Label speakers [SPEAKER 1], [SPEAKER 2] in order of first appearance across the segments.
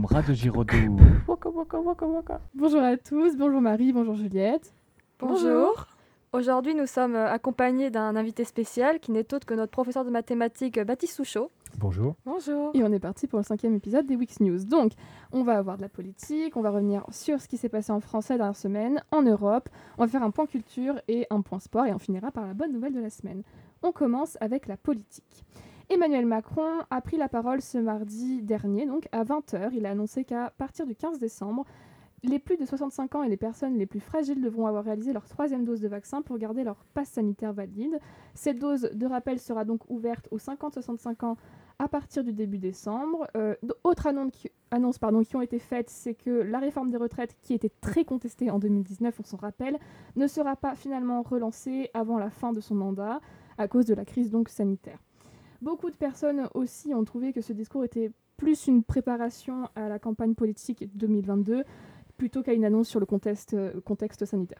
[SPEAKER 1] novembre, Radio Giraudoux.
[SPEAKER 2] Waka, waka, waka, waka. Bonjour à tous, bonjour Marie, bonjour Juliette.
[SPEAKER 3] Bonjour. Aujourd'hui, nous sommes accompagnés d'un invité spécial qui n'est autre que notre professeur de mathématiques, Baptiste Souchot.
[SPEAKER 4] Bonjour.
[SPEAKER 3] Bonjour.
[SPEAKER 2] Et on est parti pour le 5e épisode des Weeks News. Donc, on va avoir de la politique, on va revenir sur ce qui s'est passé en France la dernière semaine, en Europe, on va faire un point culture et un point sport, et on finira par la bonne nouvelle de la semaine. On commence avec la politique. Emmanuel Macron a pris la parole ce mardi dernier, donc à 20h. Il a annoncé qu'à partir du 15 décembre, les plus de 65 ans et les personnes les plus fragiles devront avoir réalisé leur 3e dose de vaccin pour garder leur passe sanitaire valide. Cette dose de rappel sera donc ouverte aux 50-65 ans à partir du début décembre. Autre annonce qui ont été faites, c'est que la réforme des retraites, qui était très contestée en 2019, on s'en rappelle, ne sera pas finalement relancée avant la fin de son mandat à cause de la crise donc sanitaire. Beaucoup de personnes aussi ont trouvé que ce discours était plus une préparation à la campagne politique 2022 plutôt qu'à une annonce sur le contexte sanitaire.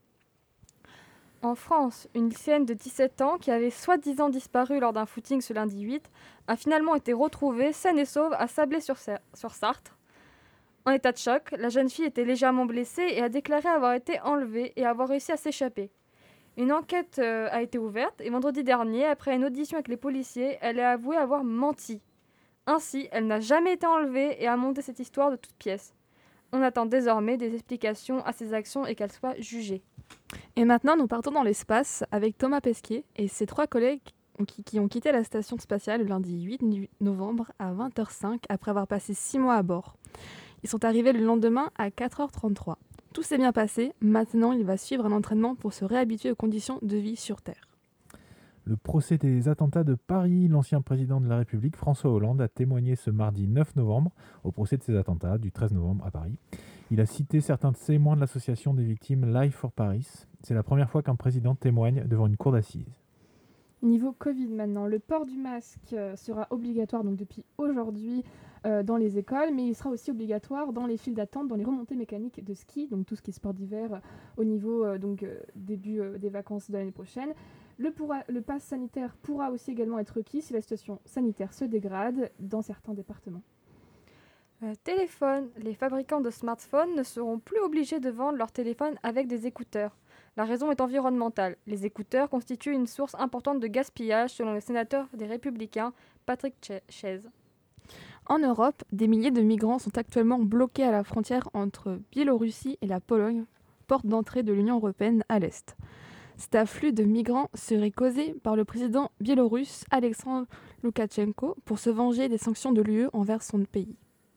[SPEAKER 3] En France, une lycéenne de 17 ans qui avait soi-disant disparu lors d'un footing ce lundi 8 a finalement été retrouvée saine et sauve à Sablé-sur-Sarthe. En état de choc, la jeune fille était légèrement blessée et a déclaré avoir été enlevée et avoir réussi à s'échapper. Une enquête a été ouverte et vendredi dernier, après une audition avec les policiers, elle a avoué avoir menti. Ainsi, elle n'a jamais été enlevée et a monté cette histoire de toutes pièces. On attend désormais des explications à ses actions et qu'elle soit jugée.
[SPEAKER 5] Et maintenant, nous partons dans l'espace avec Thomas Pesquet et ses 3 collègues qui ont quitté la station spatiale le lundi 8 novembre à 20h05 après avoir passé 6 mois à bord. Ils sont arrivés le lendemain à 4h33. Tout s'est bien passé, maintenant il va suivre un entraînement pour se réhabituer aux conditions de vie sur Terre.
[SPEAKER 4] Le procès des attentats de Paris, l'ancien président de la République, François Hollande, a témoigné ce mardi 9 novembre au procès de ces attentats du 13 novembre à Paris. Il a cité certains témoins de l'association des victimes Life for Paris. C'est la première fois qu'un président témoigne devant une cour d'assises.
[SPEAKER 2] Niveau Covid maintenant, le port du masque sera obligatoire donc depuis aujourd'hui dans les écoles, mais il sera aussi obligatoire dans les files d'attente, dans les remontées mécaniques de ski, donc tout ce qui est sport d'hiver au niveau début des vacances de l'année prochaine. Le pass sanitaire pourra aussi également être requis si la situation sanitaire se dégrade dans certains départements.
[SPEAKER 3] Téléphone. Les fabricants de smartphones ne seront plus obligés de vendre leurs téléphones avec des écouteurs. La raison est environnementale. Les écouteurs constituent une source importante de gaspillage selon le sénateur des Républicains, Patrick Chaize.
[SPEAKER 5] En Europe, des milliers de migrants sont actuellement bloqués à la frontière entre Biélorussie et la Pologne, porte d'entrée de l'Union européenne à l'est. Cet afflux de migrants serait causé par le président biélorusse Alexandre Loukachenko pour se venger des sanctions de l'UE envers son pays.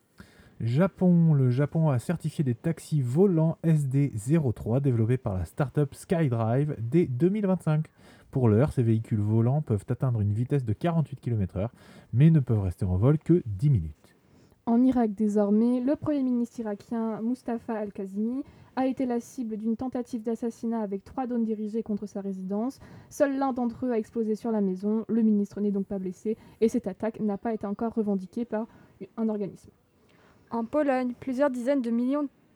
[SPEAKER 4] Le Japon a certifié des taxis volants SD03 développés par la start-up SkyDrive dès 2025. Pour l'heure, ces véhicules volants peuvent atteindre une vitesse de 48 km/h, mais ne peuvent rester en vol que 10 minutes.
[SPEAKER 2] En Irak désormais, le Premier ministre irakien Mustafa Al-Kazimi a été la cible d'une tentative d'assassinat avec 3 drones dirigés contre sa résidence. Seul l'un d'entre eux a explosé sur la maison. Le ministre n'est donc pas blessé et cette attaque n'a pas été encore revendiquée par un organisme.
[SPEAKER 3] En Pologne, plusieurs dizaines de milliers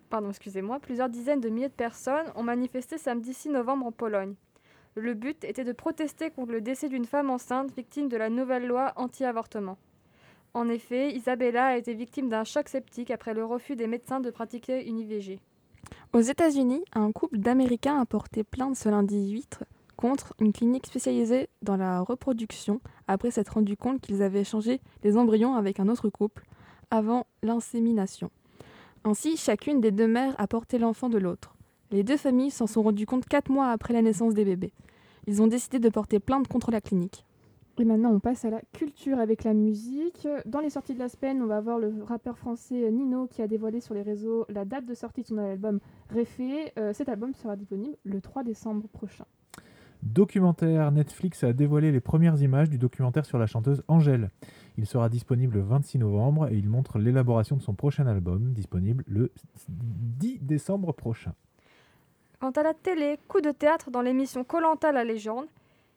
[SPEAKER 3] de personnes ont manifesté samedi 6 novembre en Pologne. Le but était de protester contre le décès d'une femme enceinte victime de la nouvelle loi anti-avortement. En effet, Isabella a été victime d'un choc septique après le refus des médecins de pratiquer une IVG.
[SPEAKER 5] Aux États-Unis, un couple d'Américains a porté plainte ce lundi 8 contre une clinique spécialisée dans la reproduction après s'être rendu compte qu'ils avaient échangé les embryons avec un autre couple avant l'insémination. Ainsi, chacune des 2 mères a porté l'enfant de l'autre. Les 2 familles s'en sont rendues compte 4 mois après la naissance des bébés. Ils ont décidé de porter plainte contre la clinique.
[SPEAKER 2] Et maintenant, on passe à la culture avec la musique. Dans les sorties de la semaine, on va voir le rappeur français Nino qui a dévoilé sur les réseaux la date de sortie de son album Réfé. Cet album sera disponible le 3 décembre prochain.
[SPEAKER 4] Documentaire, Netflix a dévoilé les premières images du documentaire sur la chanteuse Angèle. Il sera disponible le 26 novembre et il montre l'élaboration de son prochain album, disponible le 10 décembre prochain.
[SPEAKER 3] Quant à la télé, coup de théâtre dans l'émission Koh-Lanta la légende,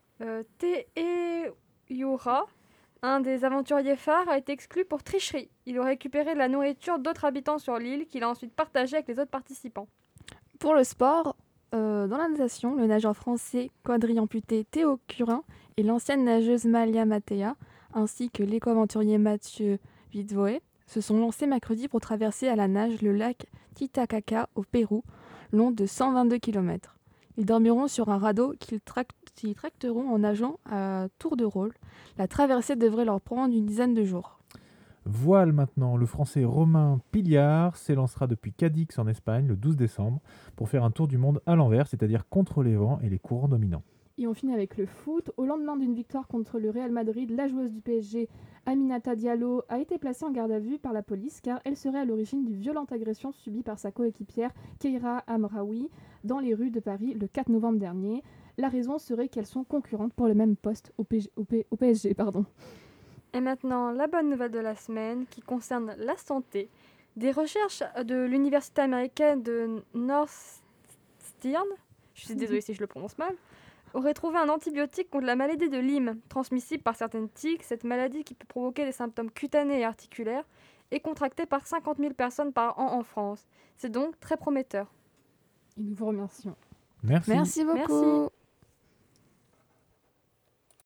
[SPEAKER 3] Yura, un des aventuriers phares, a été exclu pour tricherie. Il aurait récupéré de la nourriture d'autres habitants sur l'île qu'il a ensuite partagée avec les autres participants.
[SPEAKER 5] Pour le sport, dans la natation, le nageur français quadri-amputé Théo Curin et l'ancienne nageuse Malia Matea, ainsi que l'éco-aventurier Mathieu Vidvoé, se sont lancés mercredi pour traverser à la nage le lac Titicaca au Pérou, long de 122 km. Ils dormiront sur un radeau qu'ils tracteront en nageant à tour de rôle. La traversée devrait leur prendre une dizaine de jours.
[SPEAKER 4] Voile maintenant, le Français Romain Pilliard s'élancera depuis Cadix en Espagne le 12 décembre pour faire un tour du monde à l'envers, c'est-à-dire contre les vents et les courants dominants.
[SPEAKER 2] Et on finit avec le foot. Au lendemain d'une victoire contre le Real Madrid, la joueuse du PSG, Aminata Diallo, a été placée en garde à vue par la police car elle serait à l'origine d'une violente agression subie par sa coéquipière Keira Amraoui dans les rues de Paris le 4 novembre dernier. La raison serait qu'elles sont concurrentes pour le même poste au PSG.
[SPEAKER 3] Et maintenant, la bonne nouvelle de la semaine qui concerne la santé. Des recherches de l'université américaine de Northeastern, je suis désolée si je le prononce mal, auraient trouvé un antibiotique contre la maladie de Lyme, transmissible par certaines tiques. Cette maladie qui peut provoquer des symptômes cutanés et articulaires est contractée par 50 000 personnes par an en France. C'est donc très prometteur.
[SPEAKER 2] Et nous vous remercions.
[SPEAKER 4] Merci.
[SPEAKER 5] Merci beaucoup.
[SPEAKER 3] Merci.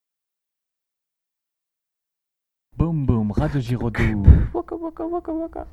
[SPEAKER 1] Boum boum, Radio Giraudoux.
[SPEAKER 4] Waka waka waka waka.